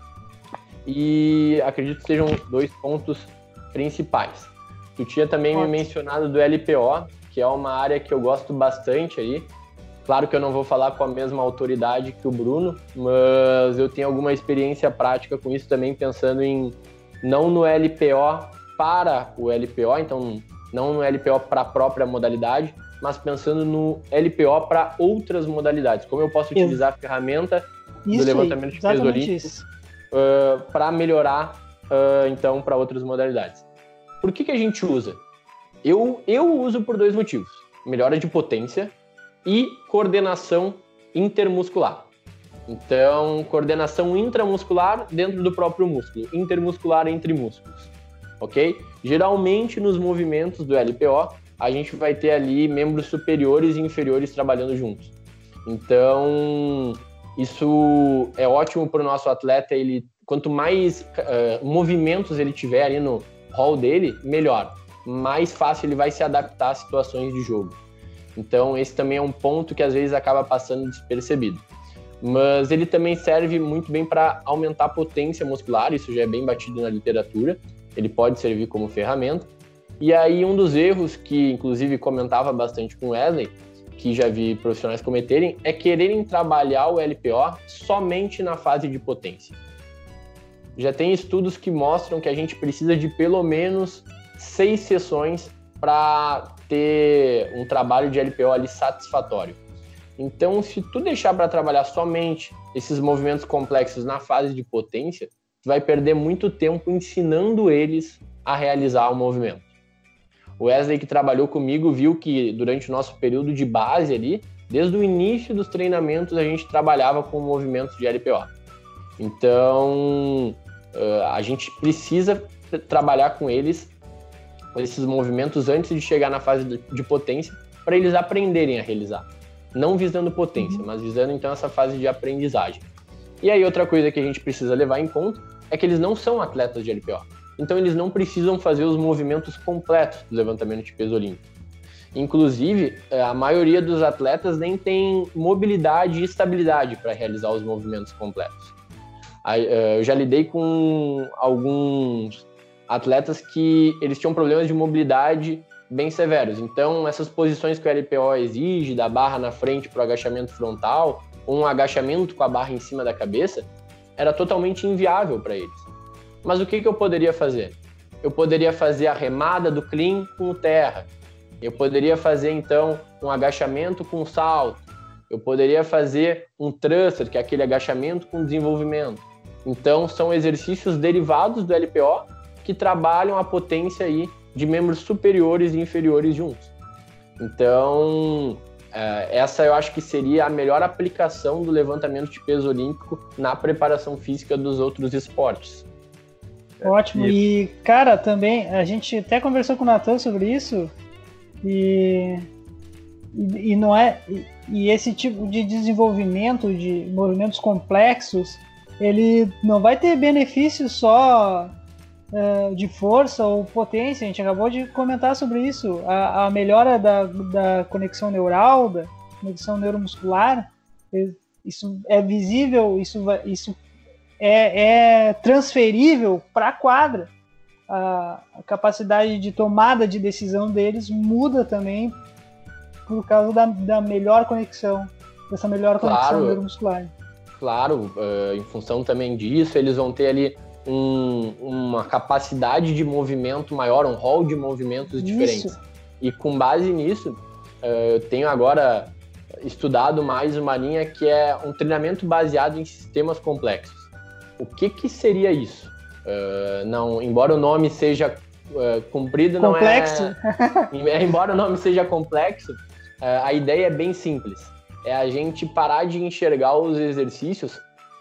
Speaker 3: e acredito que sejam dois pontos principais. Tu tinha também Ótimo. me mencionado do L P O, que é uma área que eu gosto bastante aí. Claro que eu não vou falar com a mesma autoridade que o Bruno, mas eu tenho alguma experiência prática com isso também, pensando em não no L P O para o L P O, então não no L P O para a própria modalidade, mas pensando no L P O para outras modalidades. Como eu posso utilizar a ferramenta
Speaker 1: isso
Speaker 3: do levantamento
Speaker 1: aí,
Speaker 3: de peso olímpico uh, para melhorar Uh, então, para outras modalidades. Por que que a gente usa? Eu, eu uso por dois motivos. Melhora de potência e coordenação intermuscular. Então, coordenação intramuscular dentro do próprio músculo, intermuscular entre músculos, ok? Geralmente, nos movimentos do L P O, a gente vai ter ali membros superiores e inferiores trabalhando juntos. Então, isso é ótimo para o nosso atleta, ele, quanto mais uh, movimentos ele tiver ali no hall dele, melhor. Mais fácil ele vai se adaptar a situações de jogo. Então, esse também é um ponto que às vezes acaba passando despercebido. Mas ele também serve muito bem para aumentar a potência muscular, isso já é bem batido na literatura, ele pode servir como ferramenta. E aí um dos erros que inclusive comentava bastante com o Wesley, que já vi profissionais cometerem, é quererem trabalhar o L P O somente na fase de potência. Já tem estudos que mostram que a gente precisa de pelo menos seis sessões para ter um trabalho de L P O ali satisfatório. Então, se tu deixar para trabalhar somente esses movimentos complexos na fase de potência, tu vai perder muito tempo ensinando eles a realizar o movimento. O Wesley, que trabalhou comigo, viu que durante o nosso período de base ali, desde o início dos treinamentos, a gente trabalhava com movimentos de L P O. Então, a gente precisa trabalhar com eles, esses movimentos, antes de chegar na fase de potência, para eles aprenderem a realizar. Não visando potência, uhum. mas visando então essa fase de aprendizagem. E aí outra coisa que a gente precisa levar em conta é que eles não são atletas de L P O. Então eles não precisam fazer os movimentos completos do levantamento de peso olímpico. Inclusive, a maioria dos atletas nem tem mobilidade e estabilidade para realizar os movimentos completos. Eu já lidei com alguns atletas que eles tinham problemas de mobilidade bem severos. Então, essas posições que o L P O exige, da barra na frente para o agachamento frontal, ou um agachamento com a barra em cima da cabeça, era totalmente inviável para eles. Mas o que, que eu poderia fazer? Eu poderia fazer a remada do clean com o terra. Eu poderia fazer, então, um agachamento com salto. Eu poderia fazer um thruster, que é aquele agachamento com desenvolvimento. Então, são exercícios derivados do L P O que trabalham a potência aí de membros superiores e inferiores juntos. Então, essa eu acho que seria a melhor aplicação do levantamento de peso olímpico na preparação física dos outros esportes.
Speaker 1: Ótimo. E, cara, também, a gente até conversou com o Natan sobre isso, e, e, e não é... E, e esse tipo de desenvolvimento de movimentos complexos, ele não vai ter benefício só de força ou potência. A gente acabou de comentar sobre isso, a, a melhora da, da conexão neural, da conexão neuromuscular, isso é visível, isso, isso é, é transferível para a quadra. A, a capacidade de tomada de decisão deles muda também por causa da, da melhor conexão, dessa melhor conexão claro, neuromuscular.
Speaker 3: Claro, uh, em função também disso, eles vão ter ali Um, uma capacidade de movimento maior, um hall de movimentos Isso. diferentes. E com base nisso, eu tenho agora estudado mais uma linha que é um treinamento baseado em sistemas complexos. O que, que seria isso? Uh, não, embora o nome seja uh, comprido,
Speaker 1: complexo.
Speaker 3: não é... embora o nome seja complexo, uh, a ideia é bem simples. É a gente parar de enxergar os exercícios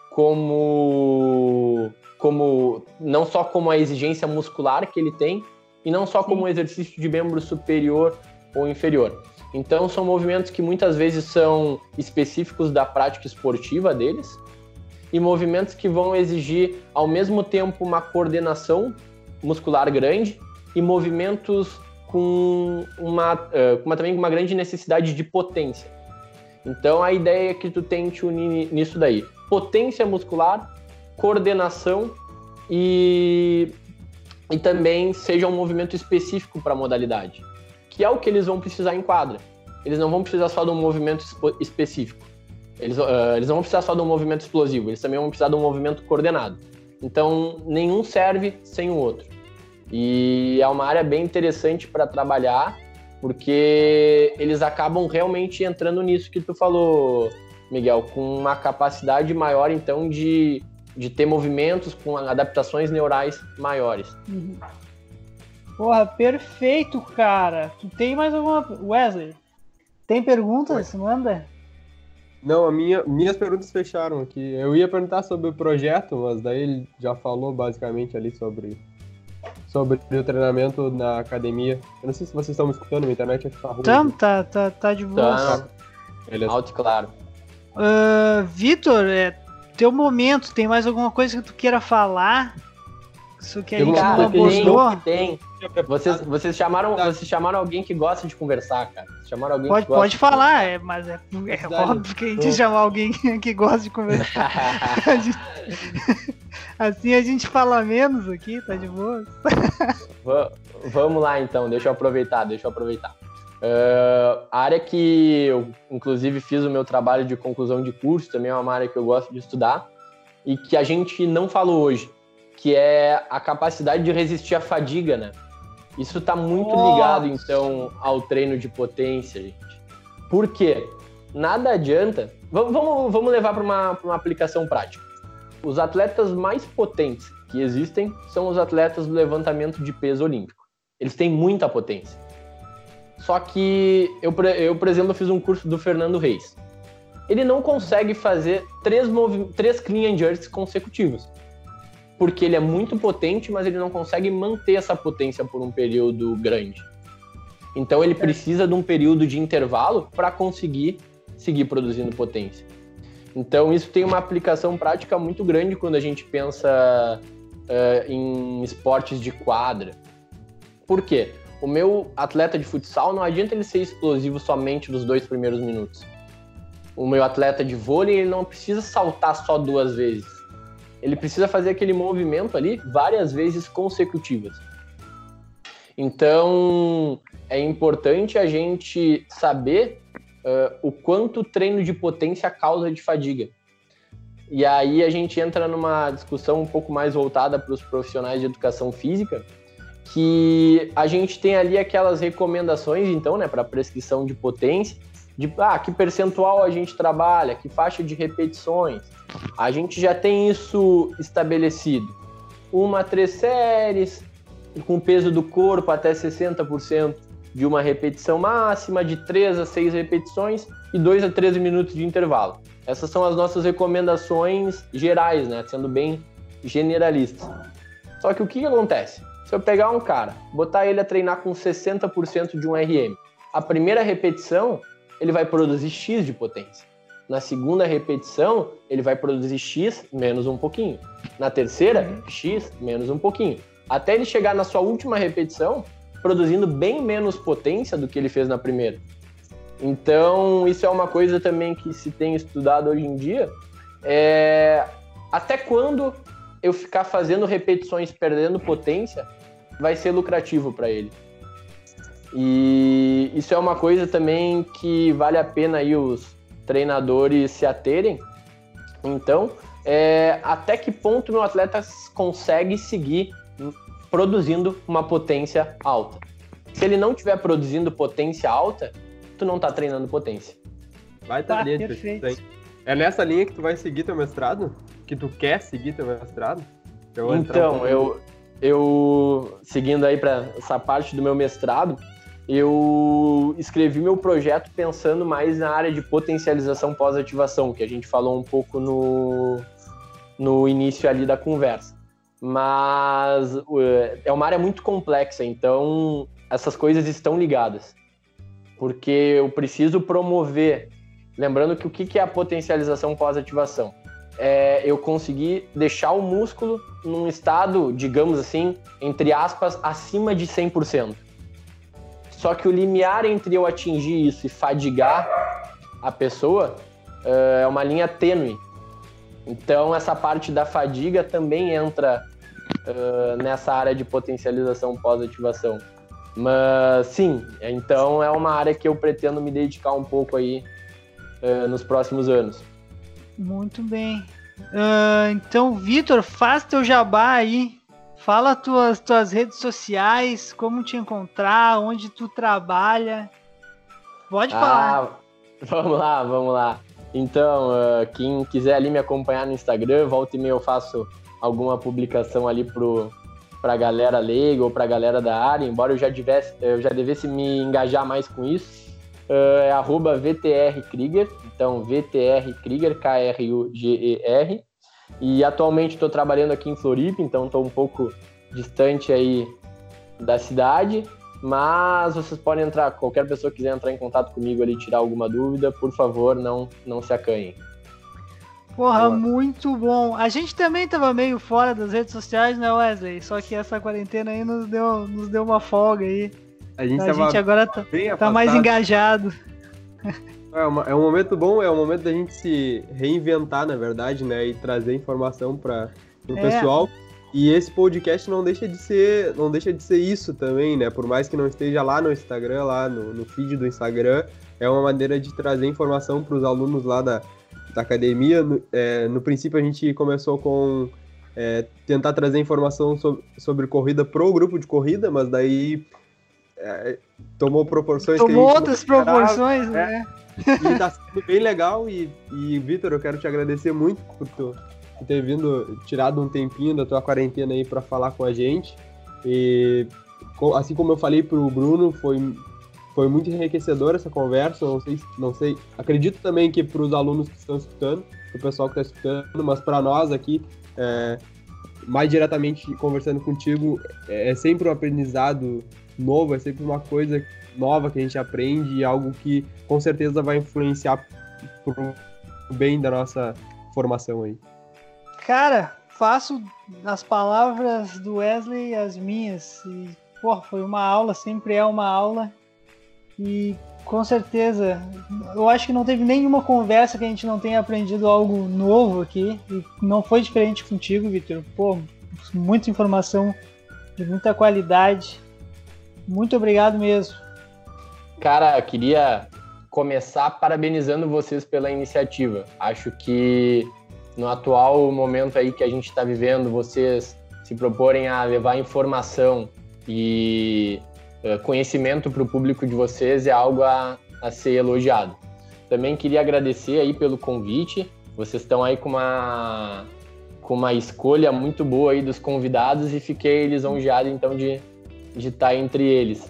Speaker 3: como... como não só como a exigência muscular que ele tem, e não só Sim. como um exercício de membro superior ou inferior. Então, são movimentos que muitas vezes são específicos da prática esportiva deles, e movimentos que vão exigir, ao mesmo tempo, uma coordenação muscular grande, e movimentos com uma, uh, uma, também com uma grande necessidade de potência. Então, a ideia é que tu tente unir nisso daí. Potência muscular, coordenação e, e também seja um movimento específico para a modalidade, que é o que eles vão precisar em quadra. Eles não vão precisar só de um movimento específico, eles, uh, eles não vão precisar só de um movimento explosivo, eles também vão precisar de um movimento coordenado. Então, nenhum serve sem o outro. E é uma área bem interessante para trabalhar, porque eles acabam realmente entrando nisso que tu falou, Miguel, com uma capacidade maior, então, de de ter movimentos com adaptações neurais maiores.
Speaker 1: Uhum. Porra, perfeito, cara. Tu tem mais alguma... Wesley? Tem perguntas? Manda.
Speaker 2: Não, a minha, minhas perguntas fecharam aqui. Eu ia perguntar sobre o projeto, mas daí ele já falou basicamente ali sobre, sobre o treinamento na academia. Eu não sei se vocês estão me escutando, a internet é que tá ruim.
Speaker 1: Então, tá, tá, tá de boa.
Speaker 3: Tá, alto e claro.
Speaker 1: Uh, Vitor, é teu momento, tem mais alguma coisa que tu queira falar? Isso que a gente não abordou?
Speaker 3: Tem, tem. Vocês, vocês, chamaram, vocês chamaram alguém que gosta de conversar, cara. Chamaram alguém
Speaker 1: pode
Speaker 3: que gosta
Speaker 1: pode falar, é, mas é, é óbvio que a gente chamar alguém que gosta de conversar. a gente, assim a gente fala menos aqui, tá de boa.
Speaker 3: Vamos lá então, deixa eu aproveitar, deixa eu aproveitar. Uh, a área que eu, inclusive, fiz o meu trabalho de conclusão de curso, também é uma área que eu gosto de estudar, e que a gente não falou hoje, que é a capacidade de resistir à fadiga, né? Isso está muito oh. ligado, então, ao treino de potência, gente. Por quê? Nada adianta... Vamos, vamos, vamos levar para uma, para uma aplicação prática. Os atletas mais potentes que existem são os atletas do levantamento de peso olímpico. Eles têm muita potência. Só que eu, eu, por exemplo, fiz um curso do Fernando Reis. Ele não consegue fazer três, movi- três clean and jerks consecutivos. Porque ele é muito potente, mas ele não consegue manter essa potência por um período grande. Então ele precisa de um período de intervalo para conseguir seguir produzindo potência. Então isso tem uma aplicação prática muito grande quando a gente pensa uh, em esportes de quadra. Por quê? O meu atleta de futsal não adianta ele ser explosivo somente nos dois primeiros minutos. O meu atleta de vôlei ele não precisa saltar só duas vezes. Ele precisa fazer aquele movimento ali várias vezes consecutivas. Então, é importante a gente saber uh, o quanto o treino de potência causa de fadiga. E aí a gente entra numa discussão um pouco mais voltada para os profissionais de educação física, que a gente tem ali aquelas recomendações, então, né, para prescrição de potência, de ah, que percentual a gente trabalha, que faixa de repetições. A gente já tem isso estabelecido. Uma a três séries, com peso do corpo até sessenta por cento de uma repetição máxima, de três a seis repetições e dois a treze minutos de intervalo. Essas são as nossas recomendações gerais, né? Sendo bem generalistas. Só que o que, que acontece? Se eu pegar um cara, botar ele a treinar com sessenta por cento de um R M, a primeira repetição, ele vai produzir X de potência. Na segunda repetição, ele vai produzir X menos um pouquinho. Na terceira, X menos um pouquinho. Até ele chegar na sua última repetição, produzindo bem menos potência do que ele fez na primeira. Então, isso é uma coisa também que se tem estudado hoje em dia. É... Até quando eu ficar fazendo repetições perdendo potência, vai ser lucrativo para ele. E isso é uma coisa também que vale a pena aí os treinadores se aterem. Então, é, até que ponto meu atleta consegue seguir produzindo uma potência alta? Se ele não estiver produzindo potência alta, tu não tá treinando potência.
Speaker 2: Vai tá, linha perfeito. É nessa linha que tu vai seguir teu mestrado? Que tu quer seguir teu mestrado?
Speaker 3: Eu então, eu, eu seguindo aí para essa parte do meu mestrado, eu escrevi meu projeto pensando mais na área de potencialização pós-ativação, que a gente falou um pouco no, no início ali da conversa. Mas é uma área muito complexa, então essas coisas estão ligadas. Porque eu preciso promover... Lembrando que o que é a potencialização pós-ativação? É eu conseguir deixar o músculo num estado, digamos assim, entre aspas, acima de cem por cento. Só que o limiar entre eu atingir isso e fadigar a pessoa uh, é uma linha tênue. Então, essa parte da fadiga também entra uh, nessa área de potencialização pós-ativação. Mas, sim, então é uma área que eu pretendo me dedicar um pouco aí uh, nos próximos anos.
Speaker 1: Muito bem. Uh, então, Vitor, faz teu jabá aí. Fala tuas, tuas redes sociais, como te encontrar, onde tu trabalha. Pode ah, falar.
Speaker 3: Vamos lá, vamos lá. Então, uh, quem quiser ali me acompanhar no Instagram, volta e meia eu faço alguma publicação ali pro, pra galera leiga ou pra galera da área, embora eu já, tivesse, eu já devesse me engajar mais com isso. uh, é arroba V T R Krieger, então V T R Krieger, K R U G E R. E atualmente estou trabalhando aqui em Floripa, então estou um pouco distante aí da cidade, mas vocês podem entrar, qualquer pessoa que quiser entrar em contato comigo ali, tirar alguma dúvida, por favor, não, não se acanhem.
Speaker 1: Porra, Boa. Muito bom. A gente também tava meio fora das redes sociais, né, Wesley? Só que essa quarentena aí nos deu, nos deu uma folga aí.
Speaker 2: A gente,
Speaker 1: a gente agora tá, tá mais engajado.
Speaker 2: É, uma, é um momento bom, é um momento da gente se reinventar, na verdade, né? E trazer informação para o é. pessoal. E esse podcast não deixa de ser, não deixa de ser isso também, né? Por mais que não esteja lá no Instagram, lá no, no feed do Instagram, é uma maneira de trazer informação para os alunos lá da, da academia. No, é, no princípio a gente começou com é, tentar trazer informação sobre, sobre corrida pro grupo de corrida, mas daí é, tomou proporções
Speaker 1: tomou
Speaker 2: que a gente
Speaker 1: outras proporções, é, né?
Speaker 2: E tá sendo bem legal. E, e Vitor, eu quero te agradecer muito por tu por ter vindo, tirado um tempinho da tua quarentena aí para falar com a gente. E assim como eu falei pro Bruno, foi, foi muito enriquecedora essa conversa. Não sei, não sei, acredito também que para os alunos que estão escutando, pro pessoal que está escutando, mas para nós aqui, é, mais diretamente conversando contigo, é sempre um aprendizado novo, é sempre uma coisa nova que a gente aprende e algo que com certeza vai influenciar pro bem da nossa formação aí.
Speaker 1: Cara, faço as palavras do Wesley as minhas. E, porra, foi uma aula, sempre é uma aula. E com certeza, eu acho que não teve nenhuma conversa que a gente não tenha aprendido algo novo aqui. E não foi diferente contigo, Vitor. Pô, muita informação de muita qualidade. Muito obrigado mesmo.
Speaker 3: Cara, queria começar parabenizando vocês pela iniciativa. Acho que no atual momento aí que a gente está vivendo, vocês se proporem a levar informação e uh, conhecimento para o público de vocês é algo a, a ser elogiado. Também queria agradecer aí pelo convite. Vocês estão aí com uma, com uma escolha muito boa aí dos convidados e fiquei lisonjeado então de de estar entre eles.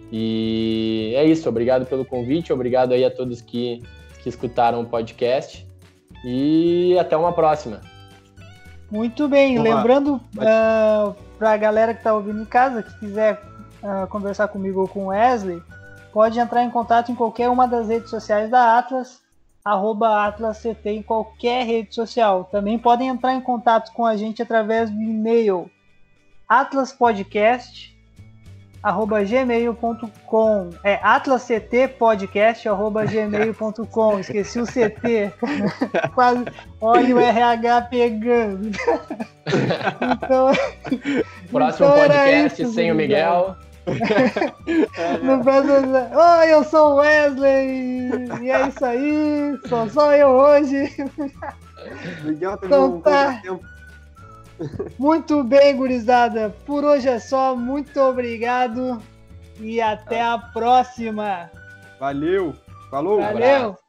Speaker 3: E é isso, obrigado pelo convite, obrigado aí a todos que, que escutaram o podcast e até uma próxima.
Speaker 1: Muito bem, Olá. Lembrando uh, para a galera que está ouvindo em casa, que quiser uh, conversar comigo ou com o Wesley, pode entrar em contato em qualquer uma das redes sociais da Atlas, arroba Atlas C T em qualquer rede social. Também podem entrar em contato com a gente através do e-mail atlaspodcast arroba gmail ponto com. É atlasctpodcast arroba gmail ponto com. Esqueci o C T. Quase. Olha o R H pegando. Então,
Speaker 3: próximo então podcast isso, sem o Miguel.
Speaker 1: No próximo... Oi, eu sou o Wesley. E é isso aí. Sou só eu hoje.
Speaker 2: Miguel teve
Speaker 1: então,
Speaker 2: um
Speaker 1: tá.
Speaker 2: tempo.
Speaker 1: Muito bem, gurizada. Por hoje é só. Muito obrigado. E até a próxima.
Speaker 2: Valeu. Falou.
Speaker 1: Valeu.